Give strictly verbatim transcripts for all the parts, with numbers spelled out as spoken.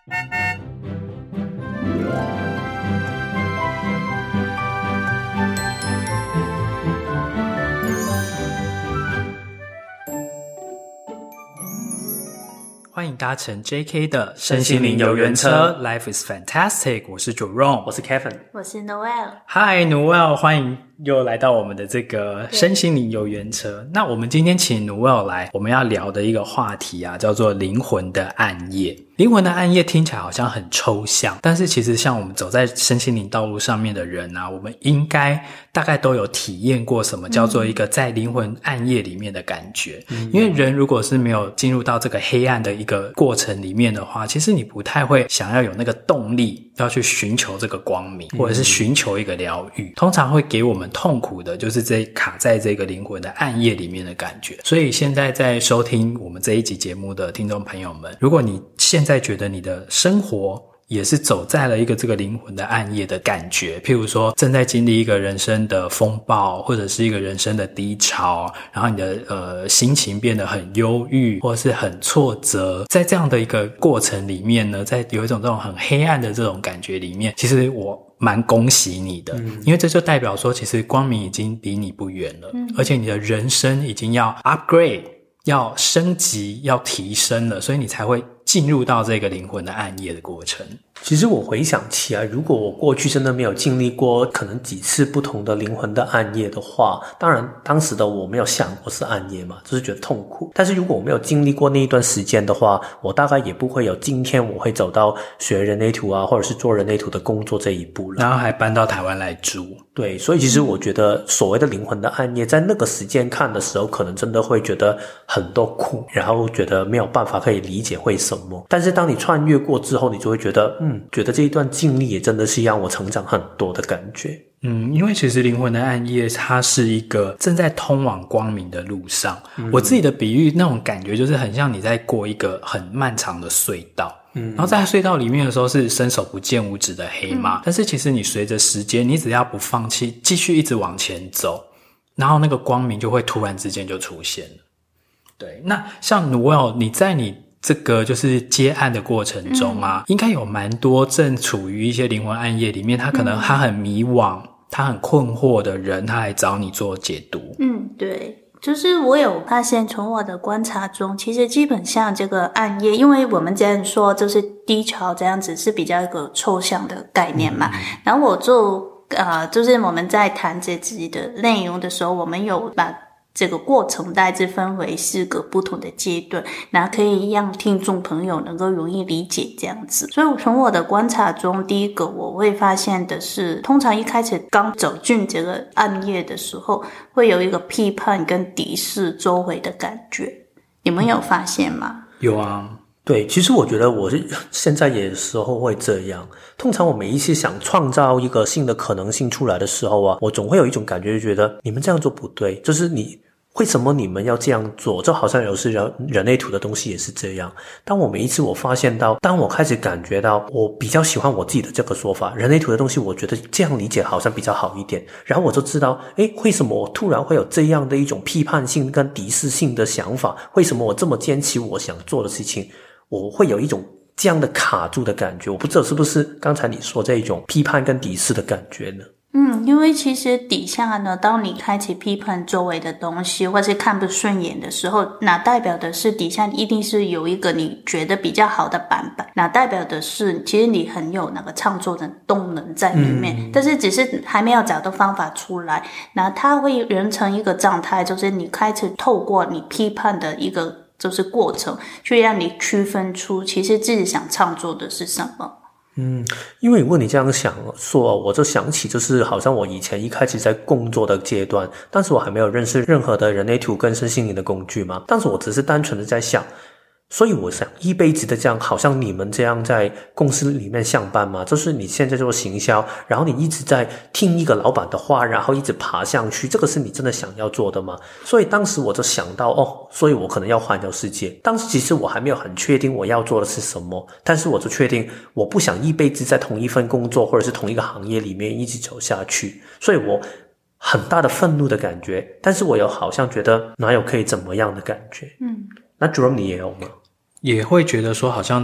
欢迎搭乘 J K 的身心灵游园车 Life is fantastic， 我是 Jerome， 我是 Kevin， 我是 Noel。 Hi Noel， 欢迎又来到我们的这个身心灵游园车。那我们今天请 Noel 来，我们要聊的一个话题啊，叫做灵魂的暗夜。灵魂的暗夜听起来好像很抽象，但是其实像我们走在身心灵道路上面的人啊，我们应该大概都有体验过什么叫做一个在灵魂暗夜里面的感觉、嗯、因为人如果是没有进入到这个黑暗的一个过程里面的话，其实你不太会想要有那个动力要去寻求这个光明，或者是寻求一个疗愈，通常会给我们痛苦的就是这卡在这个灵魂的暗夜里面的感觉。所以现在在收听我们这一集节目的听众朋友们，如果你现在觉得你的生活也是走在了一个这个灵魂的暗夜的感觉，譬如说正在经历一个人生的风暴，或者是一个人生的低潮，然后你的呃心情变得很忧郁，或者是很挫折，在这样的一个过程里面呢，在有一种这种很黑暗的这种感觉里面，其实我蛮恭喜你的、嗯、因为这就代表说其实光明已经离你不远了、嗯、而且你的人生已经要 upgrade， 要升级，要提升了，所以你才会进入到这个灵魂的暗夜的过程。 其实我回想起来，如果我过去真的没有经历过可能几次不同的灵魂的暗夜的话，当然当时的我没有想过是暗夜嘛，就是觉得痛苦。但是如果我没有经历过那一段时间的话，我大概也不会有今天我会走到学人类图啊，或者是做人类图的工作这一步了， 然后还搬到台湾来住。 对，所以其实我觉得所谓的灵魂的暗夜，在那个时间看的时候，可能真的会觉得很多苦，然后觉得没有办法可以理解为什么。但是当你穿越过之后，你就会觉得嗯，觉得这一段经历也真的是让我成长很多的感觉。 嗯，因为其实灵魂的暗夜它是一个正在通往光明的路上、嗯、我自己的比喻那种感觉就是很像你在过一个很漫长的隧道，嗯，然后在隧道里面的时候是伸手不见五指的黑嘛、嗯、但是其实你随着时间，你只要不放弃，继续一直往前走，然后那个光明就会突然之间就出现了。对，那像 Noel 你在你这个就是接案的过程中啊、嗯、应该有蛮多正处于一些灵魂暗夜里面，他可能他很迷惘、嗯、他很困惑的人，他来找你做解读。 嗯，对，就是我有发现从我的观察中，其实基本上这个暗夜，因为我们这样说就是低潮这样子是比较一个抽象的概念嘛、嗯、然后我就呃，就是我们在谈这集的内容的时候，我们有把这个过程大致分为四个不同的阶段，然后可以让听众朋友能够容易理解这样子。所以从我的观察中，第一个我会发现的是，通常一开始刚走进这个暗夜的时候，会有一个批判跟敌视周围的感觉，你们有发现吗？ 有啊， 对，其实我觉得我是现在也有时候会这样。通常我每一次想创造一个新的可能性出来的时候啊，我总会有一种感觉，就觉得你们这样做不对，就是你为什么你们要这样做？就好像有时人人类图的东西也是这样。当我每一次我发现到，当我开始感觉到我比较喜欢我自己的这个说法，人类图的东西我觉得这样理解好像比较好一点，然后我就知道诶，为什么我突然会有这样的一种批判性跟敌视性的想法，为什么我这么坚持我想做的事情，我会有一种这样的卡住的感觉。我不知道是不是刚才你说这一种批判跟敌视的感觉呢？ 嗯，因为其实底下呢，当你开始批判周围的东西，或是看不顺眼的时候，那代表的是底下一定是有一个你觉得比较好的版本，那代表的是其实你很有那个创作的动能在里面、嗯、但是只是还没有找到方法出来，那它会人成一个状态，就是你开始透过你批判的一个就是过程，去让你区分出其实自己想创作的是什么。 嗯，因为如果你这样想说，我就想起就是好像我以前一开始在工作的阶段，当时我还没有认识任何的人类图跟身心灵的工具嘛，当时我只是单纯的在想，所以我想一辈子的这样，好像你们这样在公司里面上班嘛，就是你现在做行销，然后你一直在听一个老板的话，然后一直爬上去，这个是你真的想要做的吗？所以当时我就想到哦，所以我可能要环游世界。当时其实我还没有很确定我要做的是什么，但是我就确定我不想一辈子在同一份工作或者是同一个行业里面一直走下去，所以我很大的愤怒的感觉，但是我有好像觉得哪有可以怎么样的感觉。嗯，那 Jerome 你也有吗？ 也会觉得说好像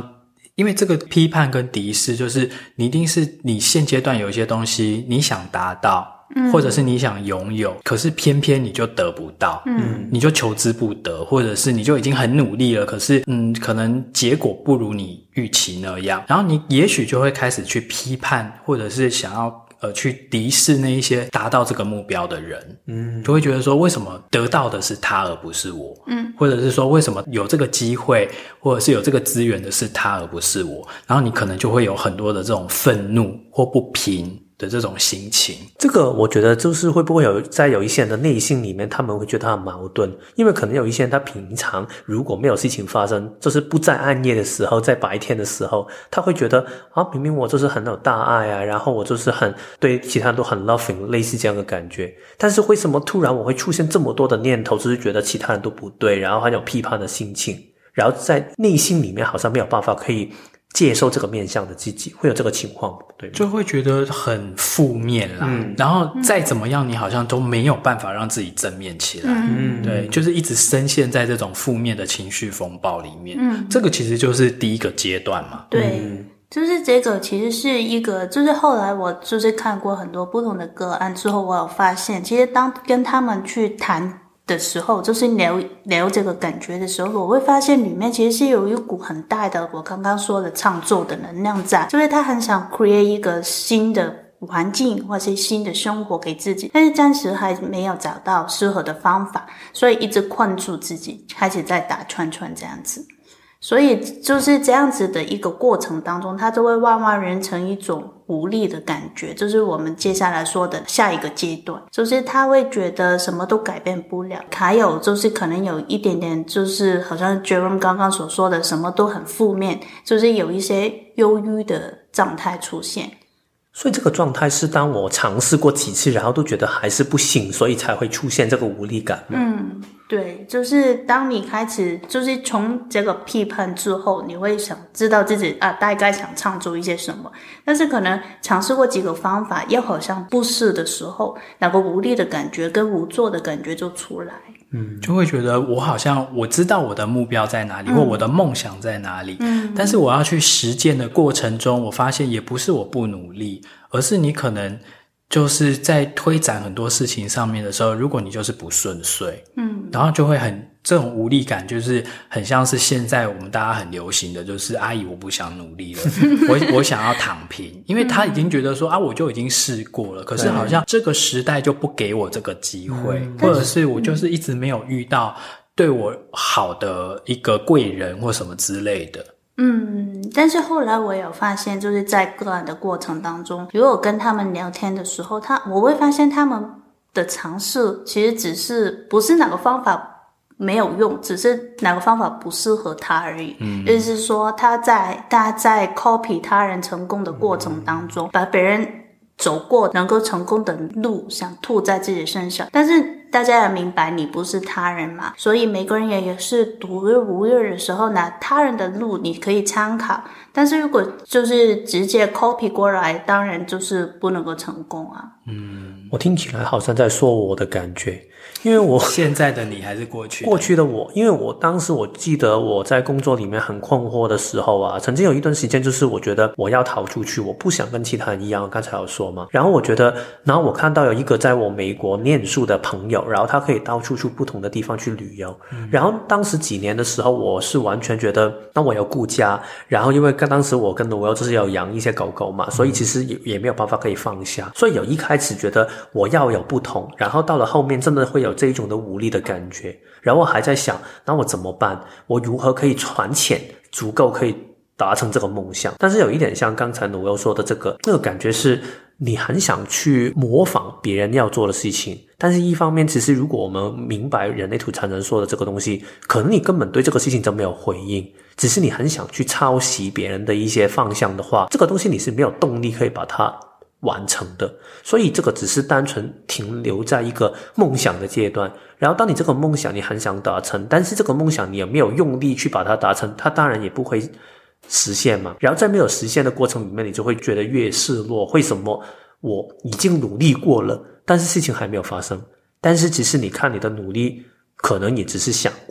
因为这个批判跟敌视，就是你一定是你现阶段有一些东西你想达到，嗯，或者是你想拥有，可是偏偏你就得不到，嗯，你就求之不得，或者是你就已经很努力了，可是嗯，可能结果不如你预期那样，然后你也许就会开始去批判，或者是想要呃，去敌视那一些达到这个目标的人，嗯，就会觉得说，为什么得到的是他而不是我，嗯，或者是说，为什么有这个机会，或者是有这个资源的是他而不是我，然后你可能就会有很多的这种愤怒或不平的这种心情。 这个我觉得就是会不会有在有一些人的内心里面，他们会觉得他很矛盾，因为可能有一些人他平常如果没有事情发生，就是不在暗夜的时候，在白天的时候，他会觉得啊，明明我就是很有大爱啊，然后我就是很对其他人都很 loving， 类似这样的感觉。但是为什么突然我会出现这么多的念头，就是觉得其他人都不对，然后很有批判的心情，然后在内心里面好像没有办法可以接受这个面向的自己，会有这个情况，对吗？ 就会觉得很负面啦，嗯，然后再怎么样你好像都没有办法让自己正面起来，嗯，对，就是一直深陷在这种负面的情绪风暴里面，嗯，这个其实就是第一个阶段嘛， 对， 嗯， 就是这个其实是一个，就是后来我就是看过很多不同的个案之后，我有发现其实当跟他们去谈的时候，就是聊聊这个感觉的时候，我会发现里面其实是有一股很大的我刚刚说的创作的能量在，就是他很想 create 一个新的环境或是新的生活给自己，但是暂时还没有找到适合的方法，所以一直困住自己，开始在打圈圈这样子。所以就是这样子的一个过程当中，它就会慢慢变成一种无力的感觉，就是我们接下来说的下一个阶段，就是他会觉得什么都改变不了，还有就是可能有一点点就是好像 Jerome 刚刚所说的什么都很负面，就是有一些忧郁的状态出现。 所以这个状态是当我尝试过几次，然后都觉得还是不行，所以才会出现这个无力感吗？ 嗯，对，就是当你开始就是从这个批判之后，你会想知道自己啊大概想唱出一些什么，但是可能尝试过几个方法又好像不是的时候，那个无力的感觉跟无助的感觉就出来。 嗯，就会觉得我好像我知道我的目标在哪里，嗯，或我的梦想在哪里，嗯，但是我要去实践的过程中，我发现也不是我不努力，而是你可能就是在推展很多事情上面的时候，如果你就是不顺遂，嗯，然后就会很这种无力感，就是很像是现在我们大家很流行的，就是阿姨我不想努力了，我我想要躺平，因为他已经觉得说啊我就已经试过了，可是好像这个时代就不给我这个机会，嗯，或者是我就是一直没有遇到对我好的一个贵人或什么之类的。 嗯，但是后来我有发现，就是在个案的过程当中，如果跟他们聊天的时候，他我会发现他们的尝试其实只是不是哪个方法没有用，只是哪个方法不适合他而已。嗯，也就是说他在他在 copy 他人成功的过程当中，把别人走过能够成功的路想吐在自己身上，但是大家也明白你不是他人嘛，所以每个人也是独一无二的时候，拿他人的路你可以参考，但是如果就是直接 copy 过来，当然就是不能够成功啊。 嗯，我听起来好像在说我的感觉，因为我现在的你还是过去的过去的我，因为我当时我记得我在工作里面很困惑的时候啊，曾经有一段时间就是我觉得我要逃出去，我不想跟其他人一样，刚才有说嘛，然后我觉得，然后我看到有一个在我美国念书的朋友，然后他可以到处去不同的地方去旅游，嗯，然后当时几年的时候我是完全觉得那我有顾家，然后因为当时我跟罗友就是有养一些狗狗嘛，所以其实也也没有办法可以放下，所以有一开始觉得我要有不同，然后到了后面真的会有这一种的无力的感觉，然后我还在想那我怎么办，我如何可以传钱足够可以达成这个梦想。但是有一点像刚才罗友说的这个那个感觉是你很想去模仿别人要做的事情，但是一方面其实如果我们明白人类图产生说的这个东西，可能你根本对这个事情都没有回应，只是你很想去抄袭别人的一些方向的话，这个东西你是没有动力可以把它完成的，所以这个只是单纯停留在一个梦想的阶段，然后当你这个梦想你很想达成，但是这个梦想你也没有用力去把它达成，它当然也不会实现嘛，然后在没有实现的过程里面，你就会觉得越失落，为什么我已经努力过了，但是事情还没有发生，但是其实你看你的努力可能也只是想过，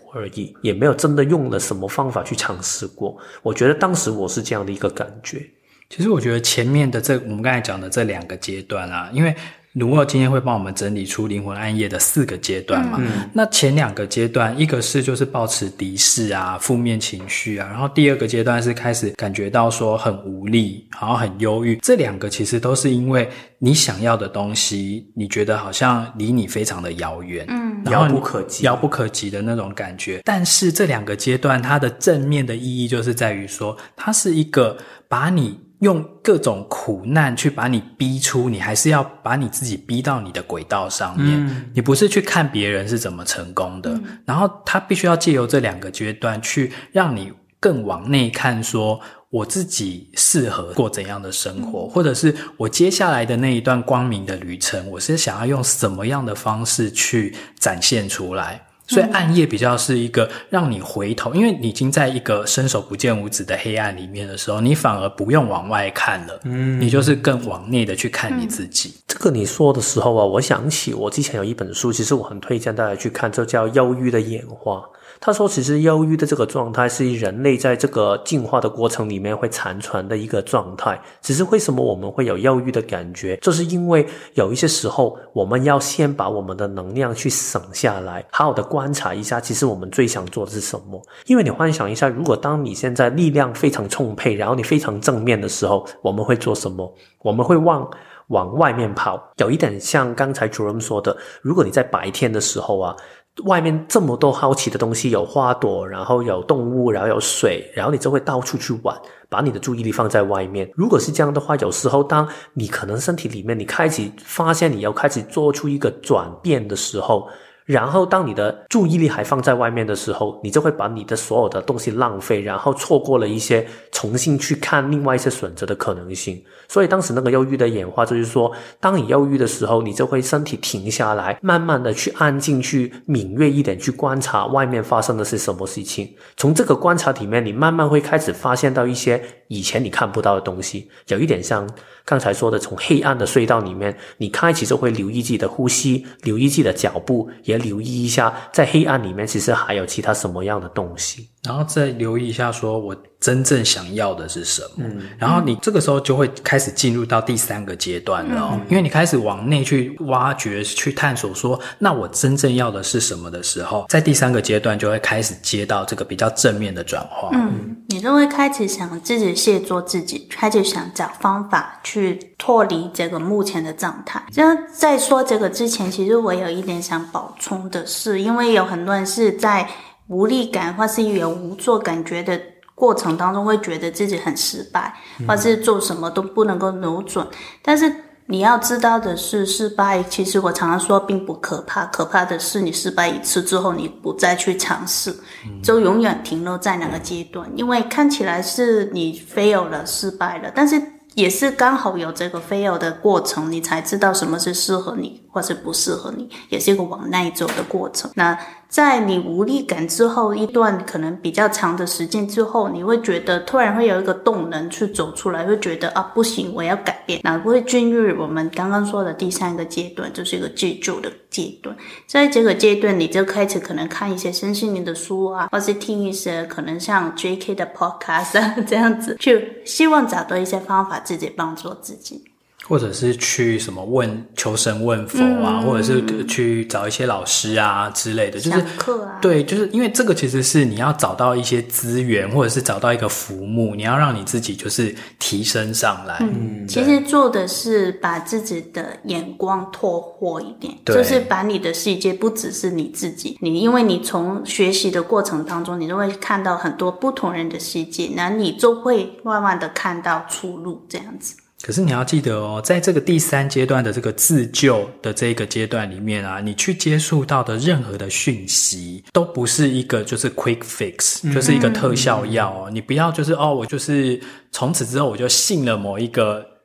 而已，也没有真的用了什么方法去尝试过。我觉得当时我是这样的一个感觉。 其实我觉得前面的这我们刚才讲的这两个阶段啊，因为卢沃今天会帮我们整理出灵魂暗夜的四个阶段嘛，嗯、那前两个阶段，一个是就是抱持敌视啊、负面情绪啊，然后第二个阶段是开始感觉到说很无力，然后很忧郁。这两个其实都是因为你想要的东西，你觉得好像离你非常的遥远，嗯， 遥不可及， 遥不可及的那种感觉。但是这两个阶段，它的正面的意义就是在于说，它是一个把你用各种苦难去把你逼出，你还是要把你自己逼到你的轨道上面，嗯、你不是去看别人是怎么成功的，嗯、然后他必须要借由这两个阶段去让你更往内看，说我自己适合过怎样的生活，嗯、或者是我接下来的那一段光明的旅程，我是想要用什么样的方式去展现出来。所以暗夜比较是一个让你回头，因为你已经在一个伸手不见五指的黑暗里面的时候，你反而不用往外看了，嗯，你就是更往内的去看你自己。 这个你说的时候啊，我想起我之前有一本书，其实我很推荐大家去看，这叫《忧郁的演化》。他说其实忧郁的这个状态是人类在这个进化的过程里面会残存的一个状态，只是为什么我们会有忧郁的感觉，就是因为有一些时候我们要先把我们的能量去省下来，好好的观察一下其实我们最想做的是什么。因为你幻想一下，如果当你现在力量非常充沛，然后你非常正面的时候，我们会做什么？我们会往往外面跑，有一点像刚才主任说的，如果你在白天的时候啊，外面这么多好奇的东西，有花朵，然后有动物，然后有水，然后你就会到处去玩，把你的注意力放在外面。如果是这样的话，有时候当你可能身体里面你开始发现你要开始做出一个转变的时候，然后当你的注意力还放在外面的时候，你就会把你的所有的东西浪费，然后错过了一些重新去看另外一些选择的可能性。所以当时那个忧郁的演化就是说，当你忧郁的时候，你就会身体停下来，慢慢的去安静，去敏锐一点，去观察外面发生的是什么事情。从这个观察里面，你慢慢会开始发现到一些以前你看不到的东西，有一点像刚才说的，从黑暗的隧道里面，你开始就会留意自己的呼吸，留意自己的脚步，也留意一下在黑暗里面其实还有其他什么样的东西， 然后再留意一下说我真正想要的是什么。嗯，然后你这个时候就会开始进入到第三个阶段了、哦嗯、因为你开始往内去挖掘，去探索说那我真正要的是什么的时候，在第三个阶段就会开始接到这个比较正面的转化。 嗯，你就会开始想自己卸做自己，开始想找方法去脱离这个目前的状态。这样在说这个之前，其实我有一点想补充的是，因为有很多人是在无力感或是有无助感觉的过程当中会觉得自己很失败，或是做什么都不能够扭转。但是你要知道的是，失败其实我常常说并不可怕，可怕的是你失败一次之后你不再去尝试，就永远停留在那个阶段。因为看起来是你 fail 了，失败了，但是也是刚好有这个 fail 的过程，你才知道什么是适合你或是不适合你，也是一个往内走的过程。那在你无力感之后一段可能比较长的时间之后，你会觉得突然会有一个动能去走出来，会觉得啊不行，我要改变，那会进入我们刚刚说的第三个阶段，就是一个自救的阶段。在这个阶段你就开始可能看一些身心灵的书啊，或是听一些可能像 J K 的 podcast 啊，这样子去希望找到一些方法自己帮助自己， 或者是去什么问求神问佛啊、嗯、或者是去找一些老师啊之类的，就是课啊， 对，就是因为这个其实是你要找到一些资源，或者是找到一个浮木，你要让你自己就是提升上来。 嗯，其实做的是把自己的眼光拓阔一点，就是把你的世界不只是你自己，你因为你从学习的过程当中，你就会看到很多不同人的世界，那你就会慢慢的看到出路，这样子。 可是你要记得哦，在这个第三阶段的这个自救的这个阶段里面啊，你去接触到的任何的讯息都不是一个就是 quick fix、嗯、就是一个特效药哦。你不要就是哦，我就是从此之后我就信了某一个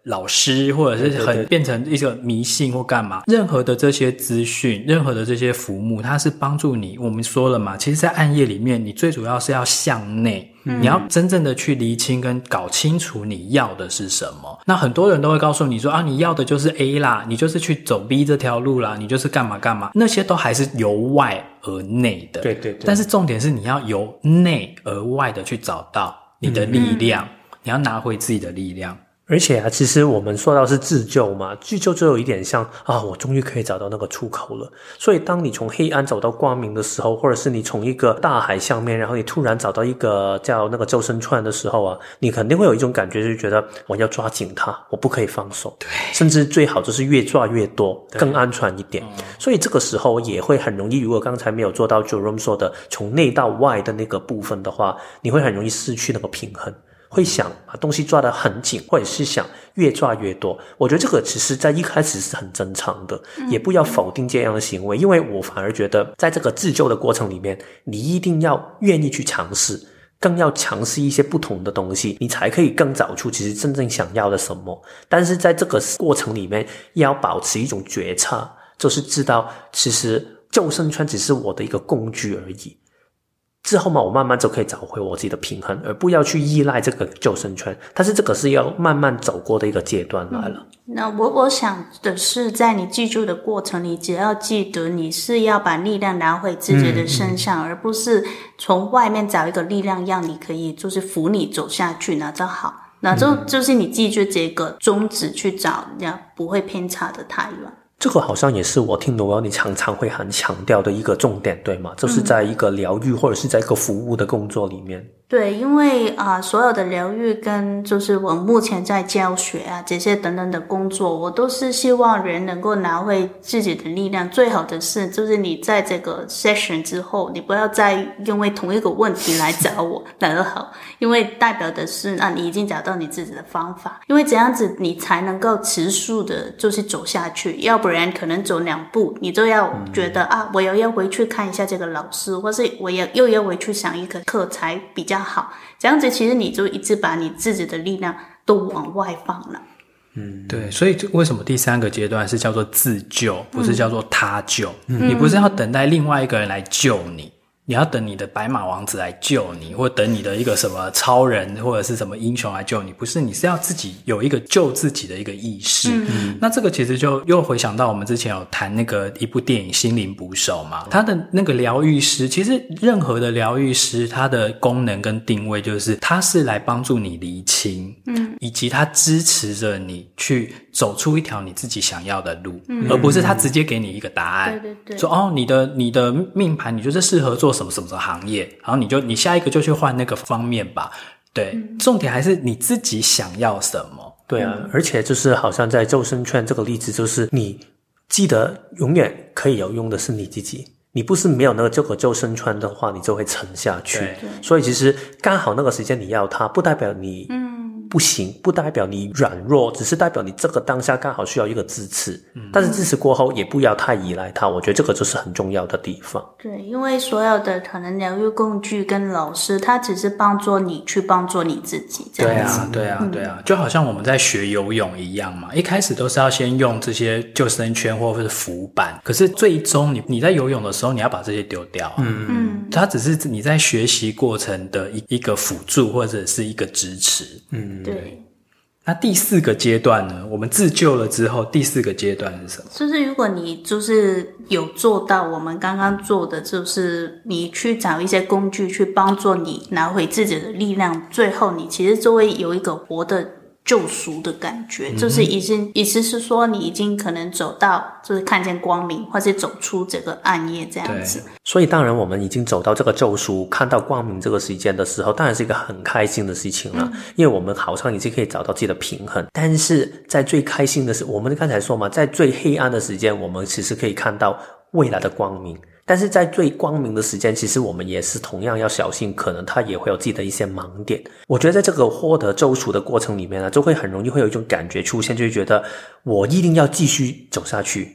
老师，或者是很对对对变成一个迷信或干嘛。任何的这些资讯，任何的这些服务，它是帮助你。我们说了嘛，其实在暗夜里面，你最主要是要向内。嗯、你要真正的去厘清跟搞清楚你要的是什么。那很多人都会告诉你说啊，你要的就是 A 啦，你就是去走 B 这条路啦，你就是干嘛干嘛，那些都还是由外而内的。 对对对。 但是重点是你要由内而外的去找到你的力量，嗯、你要拿回自己的力量。 而且啊，其实我们说到是自救嘛，自救就有一点像啊，我终于可以找到那个出口了。所以当你从黑暗走到光明的时候，或者是你从一个大海上面，然后你突然找到一个叫那个救生圈的时候啊，你肯定会有一种感觉，就是觉得我要抓紧它，我不可以放手。 对， 甚至最好就是越抓越多，更安全一点。嗯、所以这个时候也会很容易，如果刚才没有做到 Jerome 说的从内到外的那个部分的话，你会很容易失去那个平衡。会想把东西抓得很紧，或者是想越抓越多。我觉得这个其实在一开始是很正常的，嗯、也不要否定这样的行为，因为我反而觉得在这个自救的过程里面，你一定要愿意去尝试，更要尝试一些不同的东西，你才可以更找出其实真正想要的什么。但是在这个过程里面，要保持一种觉察，就是知道其实救生圈只是我的一个工具而已。之后嘛，我慢慢就可以找回我自己的平衡，而不要去依赖这个救生圈。但是这个是要慢慢走过的一个阶段来了。 嗯、那我我想的是，在你记住的过程里，只要记得你是要把力量拿回自己的身上，嗯、而不是从外面找一个力量让你可以就是扶你走下去，那就好。那就、嗯、就是你记住这个宗旨去找，这样不会偏差的太远。 这个好像也是我听Noelle你常常会很强调的一个重点，对吗？就是在一个疗愈或者是在一个服务的工作里面。 对，因为啊、呃，所有的疗愈跟就是我目前在教学啊这些等等的工作，我都是希望人能够拿回自己的力量。最好的是，就是你在这个 session 之后，你不要再因为同一个问题来找我，那就好，因为代表的是，那、啊、你已经找到你自己的方法，因为这样子你才能够持续的，就是走下去。要不然可能走两步，你就要觉得、嗯、啊，我又要回去看一下这个老师，或是我也又要回去上一个课才比较好，这样子其实你就一直把你自己的力量都往外放了。 嗯，对，所以为什么第三个阶段是叫做自救，不是叫做他救？嗯、你不是要等待另外一个人来救你，你要等你的白马王子来救你，或等你的一个什么超人或者是什么英雄来救你，不是，你是要自己有一个救自己的一个意识。嗯、那这个其实就又回想到我们之前有谈那个一部电影《心灵捕手》嘛，他的那个疗愈师，其实任何的疗愈师，他的功能跟定位就是他是来帮助你厘清，嗯，以及他支持着你去走出一条你自己想要的路，嗯、而不是他直接给你一个答案，对对对，说哦，你的你的命盘你就是适合做什么什么行业，然后你就你下一个就去换那个方面吧。对，嗯、重点还是你自己想要什么。 对啊，而且就是好像在救生圈这个例子，就是你记得永远可以有用的是你自己。你不是没有那个这个救生圈的话，你就会沉下去。所以其实刚好那个时间你要它，不代表你不行，不代表你软弱，只是代表你这个当下刚好需要一个支持。嗯、但是支持过后也不要太依赖它，我觉得这个就是很重要的地方。 对，因为所有的可能疗愈工具跟老师，他只是帮助你去帮助你自己这样子。 对啊，对啊，对啊，就好像我们在学游泳一样嘛，一开始都是要先用这些救生圈或者是浮板，可是最终你你在游泳的时候，你要把这些丢掉、啊。嗯嗯，它只是你在学习过程的一一个辅助或者是一个支持。嗯， 对。 那第四个阶段呢？我们自救了之后，第四个阶段是什么？ 就是如果你就是有做到我们刚刚做的，就是你去找一些工具去帮助你拿回自己的力量，最后你其实就会有一个活的救赎的感觉，嗯、就是已经意思是说你已经可能走到就是看见光明，或是走出这个暗夜这样子。 所以当然我们已经走到这个救赎，看到光明这个时间的时候，当然是一个很开心的事情了、嗯、因为我们好像已经可以找到自己的平衡。但是在最开心的是，我们刚才说嘛，在最黑暗的时间，我们其实可以看到未来的光明，但是在最光明的时间，其实我们也是同样要小心，可能它也会有自己的一些盲点。我觉得在这个获得救赎的过程里面呢，就会很容易会有一种感觉出现，就是觉得我一定要继续走下去，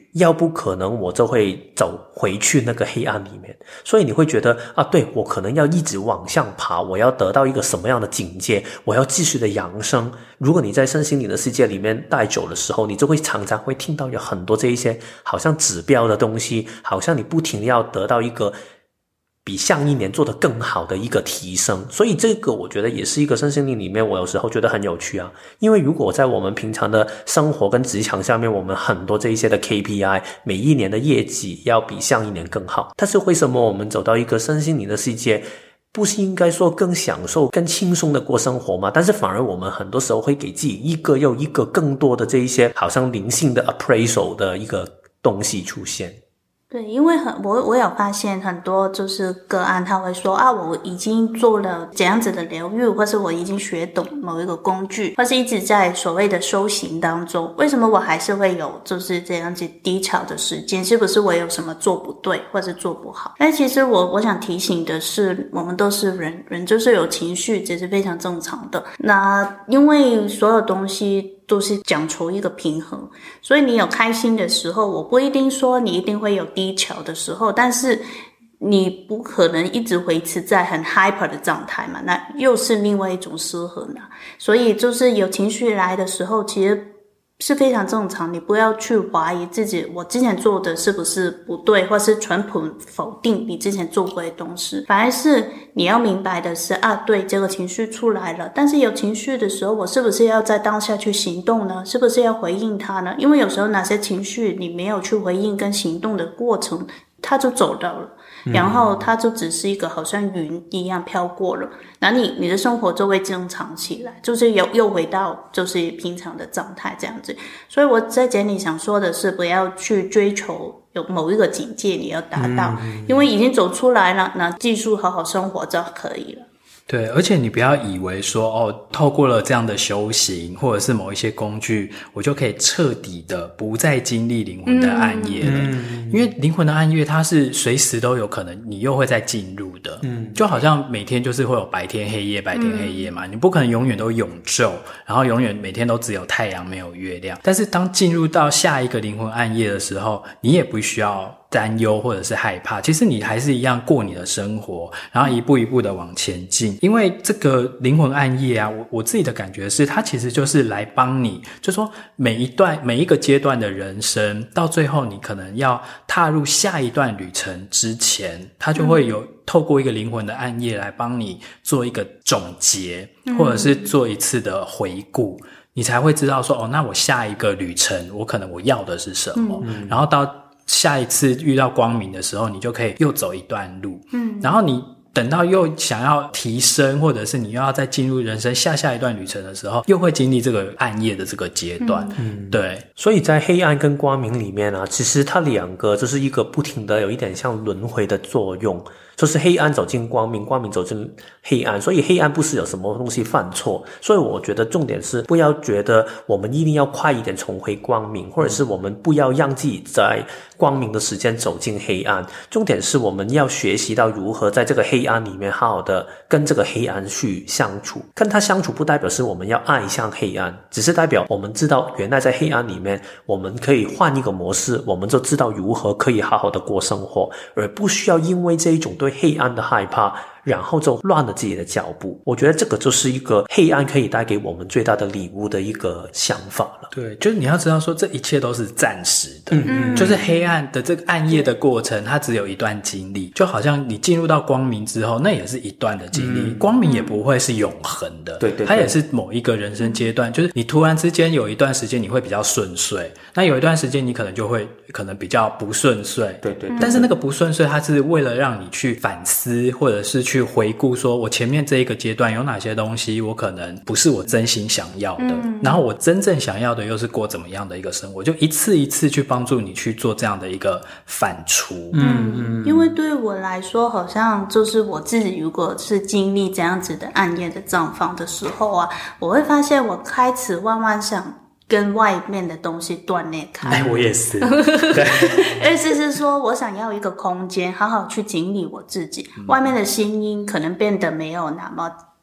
要不可能我就会走回去那个黑暗里面。所以你会觉得啊，对，我可能要一直往上爬，我要得到一个什么样的境界，我要继续的扬升。如果你在身心灵的世界里面待久的时候，你就会常常会听到有很多这一些好像指标的东西，好像你不停要得到一个比上一年做得更好的一个提升。所以这个我觉得也是一个身心灵里面我有时候觉得很有趣啊。因为如果在我们平常的生活跟职场下面，我们很多这一些的 K P I 每一年的业绩要比上一年更好，但是为什么我们走到一个身心灵的世界，不是应该说更享受更轻松的过生活吗？但是反而我们很多时候会给自己一个又一个更多的这一些好像灵性的 appraisal 的一个东西出现。 对，因为很我我有发现很多就是个案，他会说啊，我已经做了怎样子的疗愈，或是我已经学懂某一个工具，或是一直在所谓的修行当中，为什么我还是会有就是这样子低潮的时间？是不是我有什么做不对，或是做不好？但其实我我想提醒的是，我们都是人，人就是有情绪，这是非常正常的。那因为所有东西都是讲求一个平衡，所以你有开心的时候，我不一定说你一定会有低潮的时候，但是你不可能一直维持在很 hyper 的状态嘛，那又是另外一种失衡啊。所以就是有情绪来的时候，其实是非常正常，你不要去怀疑自己我之前做的是不是不对，或是全盘否定你之前做过的东西，反而是你要明白的是啊，对，这个情绪出来了，但是有情绪的时候，我是不是要在当下去行动呢？是不是要回应它呢？因为有时候哪些情绪你没有去回应跟行动的过程，它就走到了，然后它就只是一个好像云一样飘过了，那你你的生活就会正常起来，就是又又回到就是平常的状态这样子。所以我在这里想说的是，不要去追求有某一个境界你要达到，嗯、因为已经走出来了，那继续好好生活就可以了。 对，而且你不要以为说哦，透过了这样的修行或者是某一些工具，我就可以彻底的不再经历灵魂的暗夜了。嗯、因为灵魂的暗夜它是随时都有可能你又会再进入的。嗯，就好像每天就是会有白天黑夜白天黑夜嘛，嗯、你不可能永远都永昼，然后永远每天都只有太阳没有月亮。但是当进入到下一个灵魂暗夜的时候，你也不需要担忧或者是害怕，其实你还是一样过你的生活，然后一步一步的往前进。因为这个灵魂暗夜啊，我我自己的感觉是它其实就是来帮你，就说每一段每一个阶段的人生到最后你可能要踏入下一段旅程之前，它就会有透过一个灵魂的暗夜来帮你做一个总结，或者是做一次的回顾，你才会知道说哦，那我下一个旅程我可能我要的是什么，嗯、然后到下一次遇到光明的时候，你就可以又走一段路。嗯，然后你等到又想要提升，或者是你又要再进入人生下下一段旅程的时候，又会经历这个暗夜的这个阶段。嗯，对。 所以在黑暗跟光明里面啊，其实它两个就是一个不停的有一点像轮回的作用。就是黑暗走进光明，光明走进黑暗，所以黑暗不是有什么东西犯错。所以我觉得重点是不要觉得我们一定要快一点重回光明，或者是我们不要让自己在光明的时间走进黑暗。重点是我们要学习到如何在这个黑暗里面好好的跟这个黑暗去相处。跟它相处不代表是我们要爱上黑暗，只是代表我们知道原来在黑暗里面我们可以换一个模式，我们就知道如何可以好好的过生活，而不需要因为这一种对黑暗的害怕然后就乱了自己的脚步。我觉得这个就是一个黑暗可以带给我们最大的礼物的一个想法了。 对，就是你要知道说这一切都是暂时的，嗯，就是黑暗的这个暗夜的过程它只有一段经历，就好像你进入到光明之后那也是一段的经历，嗯、光明也不会是永恒的，对 对, 对，它也是某一个人生阶段，就是你突然之间有一段时间你会比较顺遂，那有一段时间你可能就会可能比较不顺遂， 对 对, 对, 对， 但是那个不顺遂它是为了让你去反思，或者是去回顾说我前面这一个阶段有哪些东西我可能不是我真心想要的，嗯、然后我真正想要的又是过怎么样的一个生活，就一次一次去帮助你去做这样的一个反刍。 嗯嗯，因为对我来说好像就是我自己如果是经历这样子的暗夜的状况的时候啊，我会发现我开始慢慢想跟外面的东西断裂开。 哎，我也是。对， 意思是说我想要一个空间好好去整理我自己，嗯、外面的声音可能变得没有那么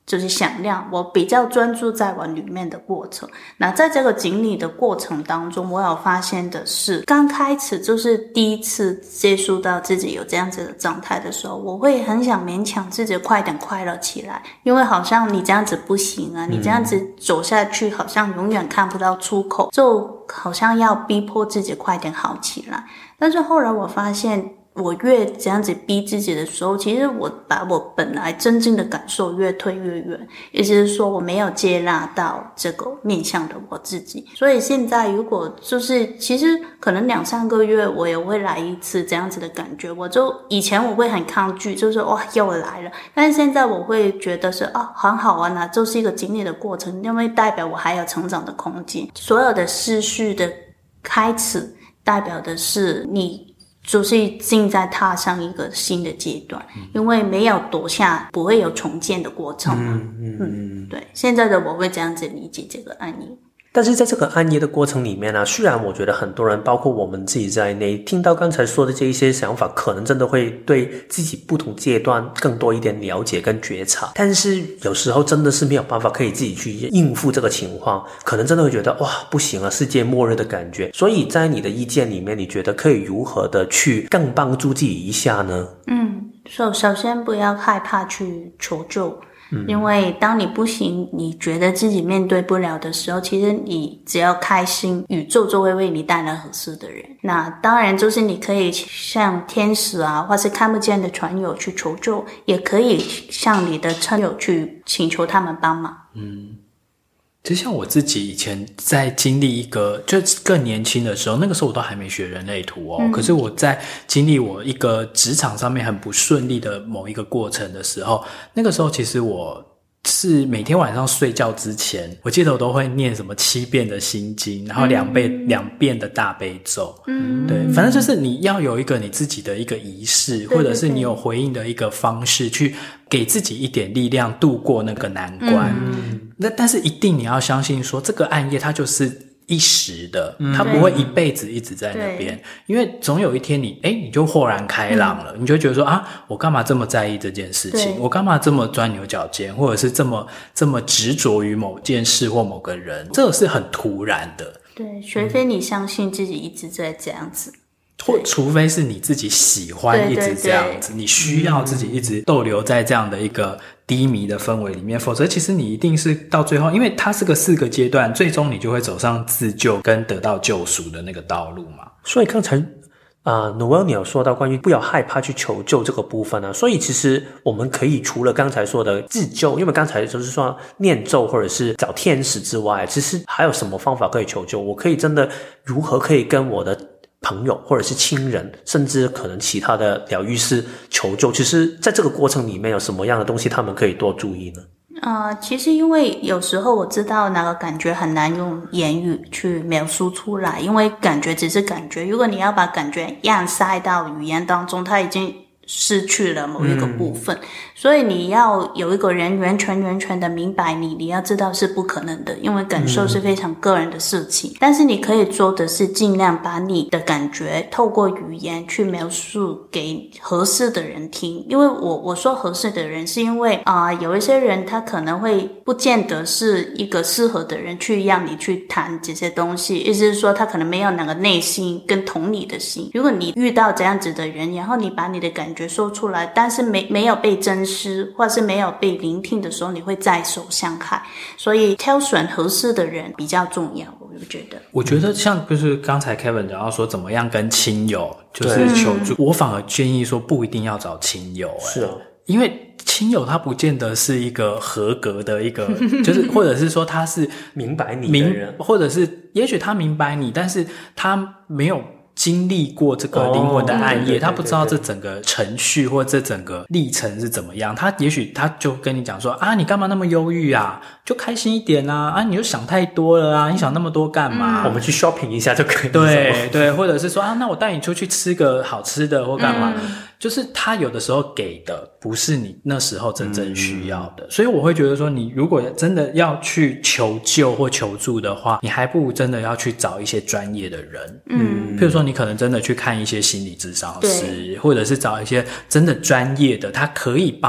就是响亮，我比较专注在我里面的过程。那在这个经历的过程当中，我有发现的是，刚开始就是第一次接触到自己有这样子的状态的时候，我会很想勉强自己快点快乐起来，因为好像你这样子不行啊，你这样子走下去好像永远看不到出口，就好像要逼迫自己快点好起来。但是后来我发现，我越这样子逼自己的时候，其实我把我本来真正的感受越推越远，也就是说我没有接纳到这个面向的我自己。所以现在如果就是其实可能两三个月我也会来一次这样子的感觉，我就以前我会很抗拒，就是哇又来了，但是现在我会觉得是啊很好玩啊，就是一个经历的过程，因为代表我还有成长的空间。所有的思绪的开始代表的是你就是正在踏上一个新的阶段，因为没有躲下不会有重建的过程嘛。 嗯嗯嗯， 对，现在的我会这样子理解这个案例。 但是在这个暗夜的过程里面呢、啊，虽然我觉得很多人包括我们自己在内，听到刚才说的这一些想法，可能真的会对自己不同阶段更多一点了解跟觉察，但是有时候真的是没有办法可以自己去应付这个情况，可能真的会觉得哇不行啊，世界末日的感觉。所以在你的意见里面，你觉得可以如何的去更帮助自己一下呢？ 嗯，首首先不要害怕去求救。因为当你不行，你觉得自己面对不了的时候，其实你只要开心，宇宙就会为你带来合适的人。那当然就是你可以向天使啊，或是看不见的传友去求救，也可以向你的亲友去请求他们帮忙。 嗯，其实像我自己以前在经历一个就更年轻的时候，那个时候我都还没学人类图哦、嗯、可是我在经历我一个职场上面很不顺利的某一个过程的时候，那个时候其实我是每天晚上睡觉之前，我记得我都会念什么七遍的心经，然后两倍、嗯、两遍的大悲咒。嗯，对，反正就是你要有一个你自己的一个仪式，或者是你有回应的一个方式，去给自己一点力量度过那个难关。嗯，那但是一定你要相信说，这个暗夜它就是一时的，它不会一辈子一直在那边，因为总有一天你诶你就豁然开朗了、嗯、你就觉得说啊，我干嘛这么在意这件事情，我干嘛这么钻牛角尖，或者是这么这么执着于某件事或某个人，这个是很突然的。 对，除非你相信自己一直在这样子， 或除非是你自己喜欢一直这样子，对对对，你需要自己一直逗留在这样的一个低迷的氛围里面，否则其实你一定是到最后，因为它是个四个阶段，最终你就会走上自救跟得到救赎的那个道路嘛。 所以刚才啊 Noelle 你有说到关于不要害怕去求救这个部分呢、啊，所以其实我们可以除了刚才说的自救，因为刚才就是说念咒或者是找天使之外，其实还有什么方法可以求救？我可以真的如何可以跟我的朋友或者是亲人，甚至可能其他的疗愈师求救，其实在这个过程里面有什么样的东西他们可以多注意呢？ 呃，其实因为有时候我知道那个感觉很难用言语去描述出来，因为感觉只是感觉，如果你要把感觉样塞到语言当中，它已经失去了某一个部分、嗯、所以你要有一个人完全完全的明白你，你要知道是不可能的，因为感受是非常个人的事情、嗯、但是你可以做的是尽量把你的感觉透过语言去描述给合适的人听。因为我我说合适的人是因为啊、呃，有一些人他可能会不见得是一个适合的人去让你去谈这些东西，意思是说他可能没有那个内心跟同理的心。如果你遇到这样子的人，然后你把你的感觉说出来，但是没没有被珍视或是没有被聆听的时候，你会再受伤害。所以挑选合适的人比较重要，我就觉得。 我觉得像就是刚才 Kevin 讲到说怎么样跟亲友就是求助、嗯、我反而建议说不一定要找亲友、欸、 是啊， 因为亲友他不见得是一个合格的一个就是或者是说他是明白你的人， 或者是也许他明白你，但是他没有经历过这个灵魂的暗夜、哦、他不知道这整个程序或这整个历程是怎么样，他也许他就跟你讲说啊，你干嘛那么忧郁啊，就开心一点啊，啊你就想太多了啊，你想那么多干嘛、嗯、 我们去 shopping 一下就可以， 对对，或者是说啊，那我带你出去吃个好吃的或干嘛、嗯、就是他有的时候给的不是你那时候真正需要的、嗯、所以我会觉得说，你如果真的要去求救或求助的话，你还不如真的要去找一些专业的人，嗯，譬如说你可能真的去看一些心理咨商师，或者是找一些真的专业的，他可以帮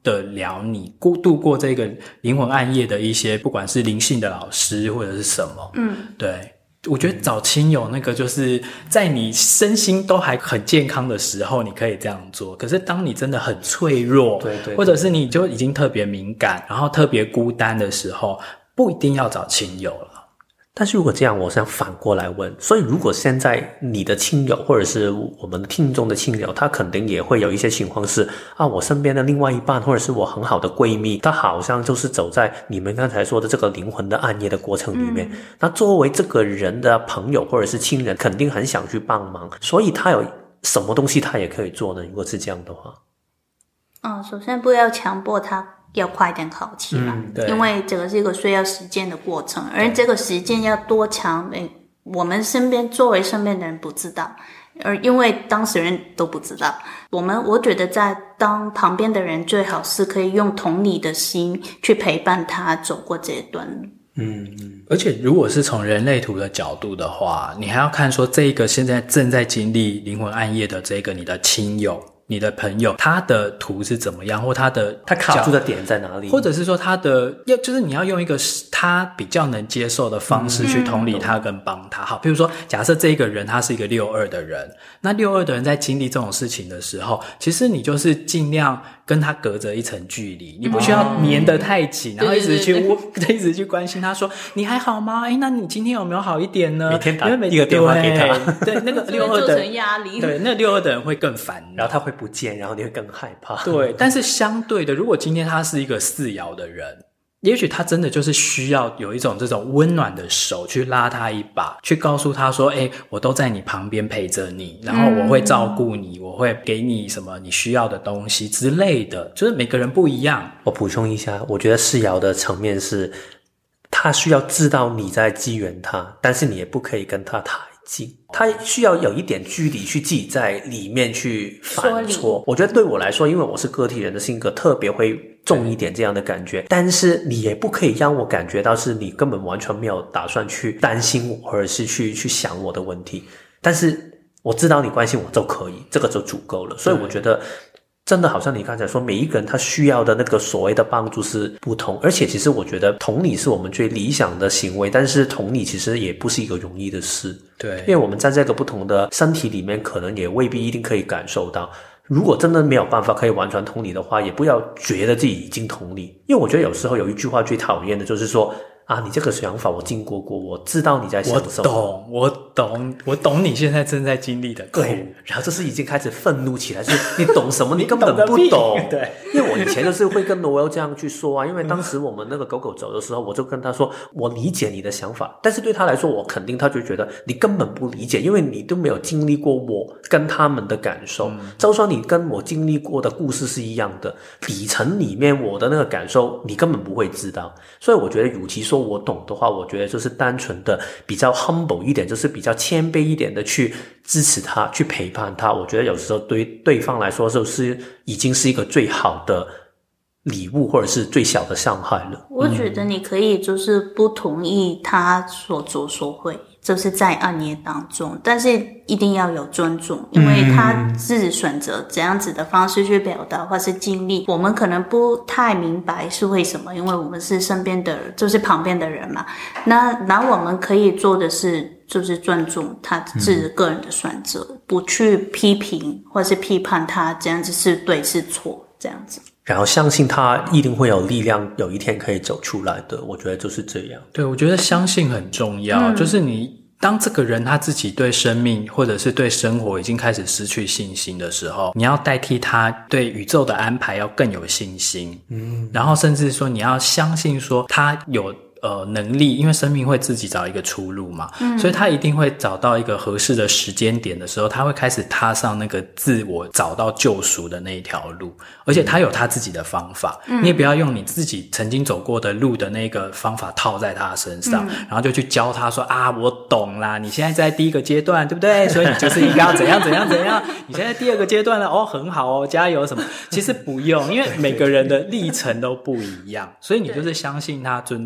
得了你过度过这个灵魂暗夜的一些，不管是灵性的老师或者是什么。嗯，对。我觉得找亲友那个就是在你身心都还很健康的时候你可以这样做，可是当你真的很脆弱， 对 对, 对， 或者是你就已经特别敏感然后特别孤单的时候，不一定要找亲友了。 但是如果这样，我想反过来问，所以如果现在你的亲友或者是我们听众的亲友，他肯定也会有一些情况是啊，我身边的另外一半或者是我很好的闺蜜，她好像就是走在你们刚才说的这个灵魂的暗夜的过程里面、嗯、那作为这个人的朋友或者是亲人，肯定很想去帮忙，所以他有什么东西他也可以做呢？如果是这样的话， 嗯，首先不要强迫他要快点考起来、嗯、对，因为这个是一个需要时间的过程，而这个时间要多长，诶，我们身边作为身边的人不知道，而因为当事人都不知道，我们我觉得在当旁边的人最好是可以用同理的心去陪伴他走过这一段路。 嗯，而且如果是从人类图的角度的话，你还要看说这个现在正在经历灵魂暗夜的这个你的亲友，你的朋友他的图是怎么样，或他的他卡住的点在哪里， 或者是说他的要就是你要用一个他比较能接受的方式去同理他跟帮他。好，比如说假设这一个人他是一个六二的人，那六二的人在经历这种事情的时候，其实你就是尽量跟他隔着一层距离，你不需要黏得太紧、嗯、然后一直去一直去关心他说你还好吗？诶，那你今天有没有好一点呢？ 每天打一个电话给他， 对，那个六二的造成压力， 对，那六二的人会更烦， 然后他会不见，然后你会更害怕。 对，但是相对的，如果今天他是一个四爻的人，也许他真的就是需要有一种这种温暖的手去拉他一把，去告诉他说诶，我都在你旁边陪着你，然后我会照顾你、嗯、我会给你什么你需要的东西之类的，就是每个人不一样。 我补充一下，我觉得四爻的层面是他需要知道你在支援他，但是你也不可以跟他太近，他需要有一点距离去自己在里面去反错。我觉得对我来说，因为我是个体人的性格特别会重一点这样的感觉，但是你也不可以让我感觉到是你根本完全没有打算去担心我，或者是去去想我的问题，但是我知道你关心我就可以，这个就足够了。所以我觉得真的好像你刚才说，每一个人他需要的那个所谓的帮助是不同，而且其实我觉得同理是我们最理想的行为，但是同理其实也不是一个容易的事。 对， 因为我们在这个不同的身体里面，可能也未必一定可以感受到。如果真的没有办法可以完全同理的话，也不要觉得自己已经同理，因为我觉得有时候有一句话最讨厌的就是说啊，你这个想法我经过过，我知道你在想什么， 我懂我懂我懂你现在正在经历的苦。 对，然后这是已经开始愤怒起来，就是你懂什么你根本不懂。 对， 因为我以前就是会跟罗 l 这样去说啊，因为当时我们那个狗狗走的时候，我就跟他说我理解你的想法，但是对他来说我肯定他就觉得你根本不理解，因为你都没有经历过我跟他们的感受、嗯、就算你跟我经历过的故事是一样的，底层里面我的那个感受你根本不会知道。所以我觉得与其说我懂的话，我觉得就是单纯的比较 humble 一点，就是比较谦卑一点的去支持他，去陪伴他。我觉得有时候对对方来说就是已经是一个最好的礼物，或者是最小的伤害了。 我觉得你可以就是不同意他所作所为，就是在暗夜当中，但是一定要有尊重，因为他自己选择怎样子的方式去表达或是经历，我们可能不太明白是为什么，因为我们是身边的就是旁边的人嘛。那那我们可以做的是就是尊重他自己个人的选择、嗯、不去批评或是批判他这样子是对是错这样子， 然后相信他一定会有力量，有一天可以走出来的。我觉得就是这样。 对，我觉得相信很重要、嗯、就是你当这个人他自己对生命或者是对生活已经开始失去信心的时候，你要代替他对宇宙的安排要更有信心。嗯，然后甚至说你要相信说他有呃，能力，因为生命会自己找一个出路嘛、嗯、所以他一定会找到一个合适的时间点的时候，他会开始踏上那个自我找到救赎的那一条路，而且他有他自己的方法、嗯、你也不要用你自己曾经走过的路的那个方法套在他身上、嗯、然后就去教他说啊，我懂啦，你现在在第一个阶段对不对，所以你就是应该要怎样怎样怎样你现在第二个阶段了，哦，很好哦，加油什么。其实不用，因为每个人的历程都不一样，所以你就是相信他，尊重他，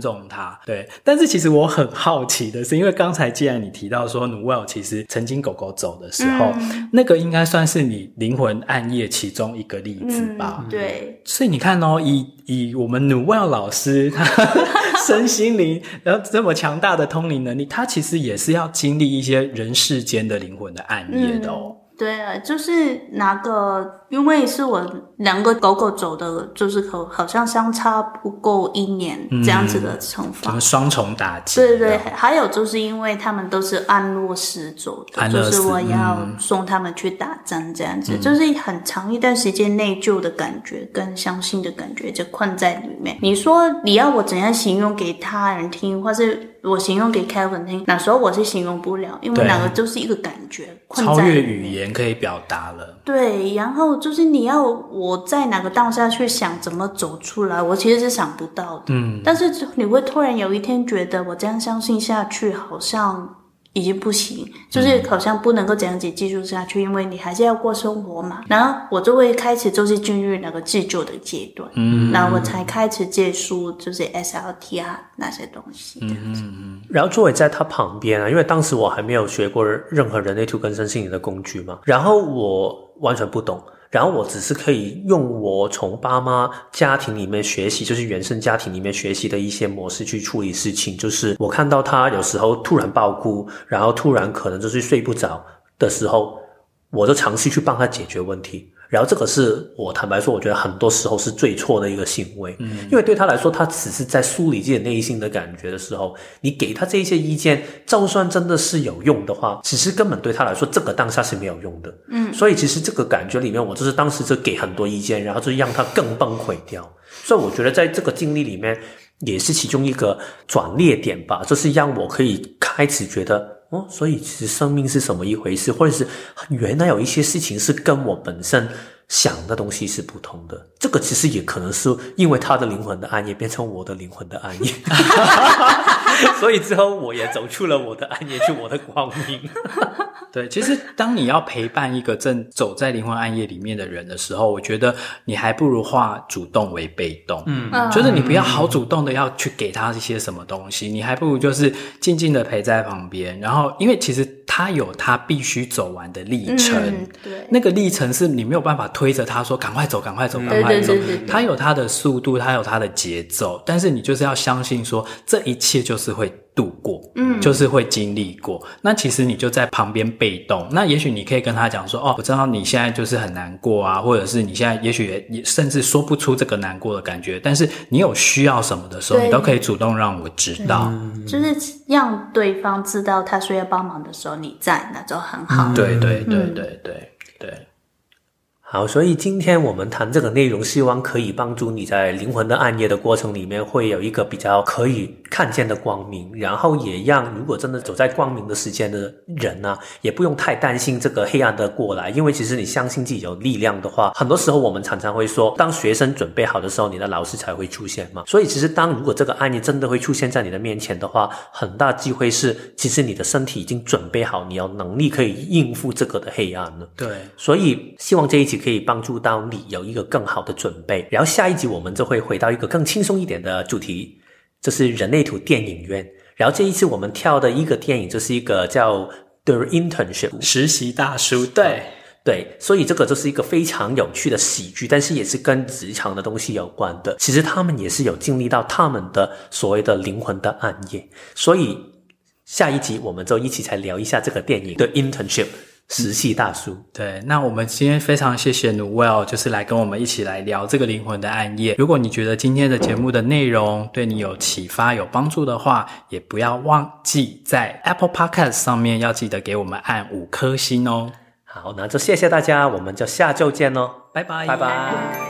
啦。对，但是其实我很好奇的是，因为刚才既然你提到说努威尔其实曾经狗狗走的时候、嗯、那个应该算是你灵魂暗夜其中一个例子吧、 嗯、对， 所以你看哦，以以我们努威尔老师他身心灵然后这么强大的通灵能力，他其实也是要经历一些人世间的灵魂的暗夜的哦、 嗯，对啊，就是拿个，因为是我两个狗狗走的，就是好好像相差不够一年这样子的惩罚， 嗯、双重打击。 对对对，还有就是因为他们都是安乐死走的，就是我要送他们去打针这样子、嗯，就是很长一段时间内疚的感觉跟伤心的感觉就困在里面。你说你要我怎样形容给他人听，或是我形容给 Kevin 听，那时候我是形容不了，因为两个就是一个感觉困在里面， 超越语言可以表达了。 对，然后就是你要我在哪个当下去想怎么走出来，我其实是想不到的。嗯，但是你会突然有一天觉得我这样相信下去好像已经不行，就是好像不能够这样子继续下去，因为你还是要过生活嘛。然后我就会开始就是进入那个自救的阶段，嗯，然后我才开始接触就是 S L T 啊那些东西这样子。嗯嗯。 然后作为在他旁边啊，因为当时我还没有学过任何人类图跟身心灵的工具嘛，然后我完全不懂。然后我只是可以用我从爸妈家庭里面学习，就是原生家庭里面学习的一些模式去处理事情，就是我看到他有时候突然爆哭，然后突然可能就是睡不着的时候，我就尝试去帮他解决问题。然后这个是我坦白说我觉得很多时候是最错的一个行为，嗯，因为对他来说他只是在梳理自己内心的感觉的时候，你给他这一些意见就算真的是有用的话，其实根本对他来说这个当下是没有用的，嗯，所以其实这个感觉里面我就是当时就给很多意见，然后就让他更崩溃掉。所以我觉得在这个经历里面也是其中一个转捩点吧，就是让我可以开始觉得哦，所以其实生命是什么一回事，或者是原来有一些事情是跟我本身想的东西是不同的。这个其实也可能是因为他的灵魂的暗夜变成我的灵魂的暗夜所以之后我也走出了我的暗夜，去我的光明对，其实当你要陪伴一个正走在灵魂暗夜里面的人的时候，我觉得你还不如化主动为被动。嗯，就是你不要好主动的要去给他一些什么东西，你还不如就是静静的陪在旁边。然后因为其实他有他必须走完的历程，嗯，对，那个历程是你没有办法推着他说赶快走赶快走赶快走，对对对对对，他有他的速度，他有他的节奏，但是你就是要相信说这一切就是会度过，嗯，就是会经历过。那其实你就在旁边被动，那也许你可以跟他讲说，哦，我知道你现在就是很难过啊，或者是你现在也许也甚至说不出这个难过的感觉，但是你有需要什么的时候，你都可以主动让我知道， 就是让对方知道他需要帮忙的时候你在，那就很好。 嗯，对对对对对对。对， 好，所以今天我们谈这个内容，希望可以帮助你在灵魂的暗夜的过程里面会有一个比较可以看见的光明，然后也让如果真的走在光明的时间的人啊，也不用太担心这个黑暗的过来，因为其实你相信自己有力量的话，很多时候我们常常会说，当学生准备好的时候，你的老师才会出现嘛。所以其实当如果这个暗夜真的会出现在你的面前的话，很大机会是其实你的身体已经准备好，你有能力可以应付这个的黑暗了。 对， 所以希望这一集可以帮助到你有一个更好的准备。然后下一集我们就会回到一个更轻松一点的主题，就是人类图电影院。然后这一次我们跳的一个电影就是一个叫 The Internship 实习大叔。对对，所以这个就是一个非常有趣的喜剧，但是也是跟职场的东西有关的。其实他们也是有经历到他们的所谓的灵魂的暗夜，所以下一集我们就一起来聊一下这个电影 The Internship实习大叔。 嗯，对，那我们今天非常谢谢 Noel 就是来跟我们一起来聊这个灵魂的暗夜。如果你觉得今天的节目的内容对你有启发有帮助的话，也不要忘记在 Apple Podcast 上面要记得给我们按五颗星哦。 好，那就谢谢大家，我们就下周见咯， 拜拜拜拜。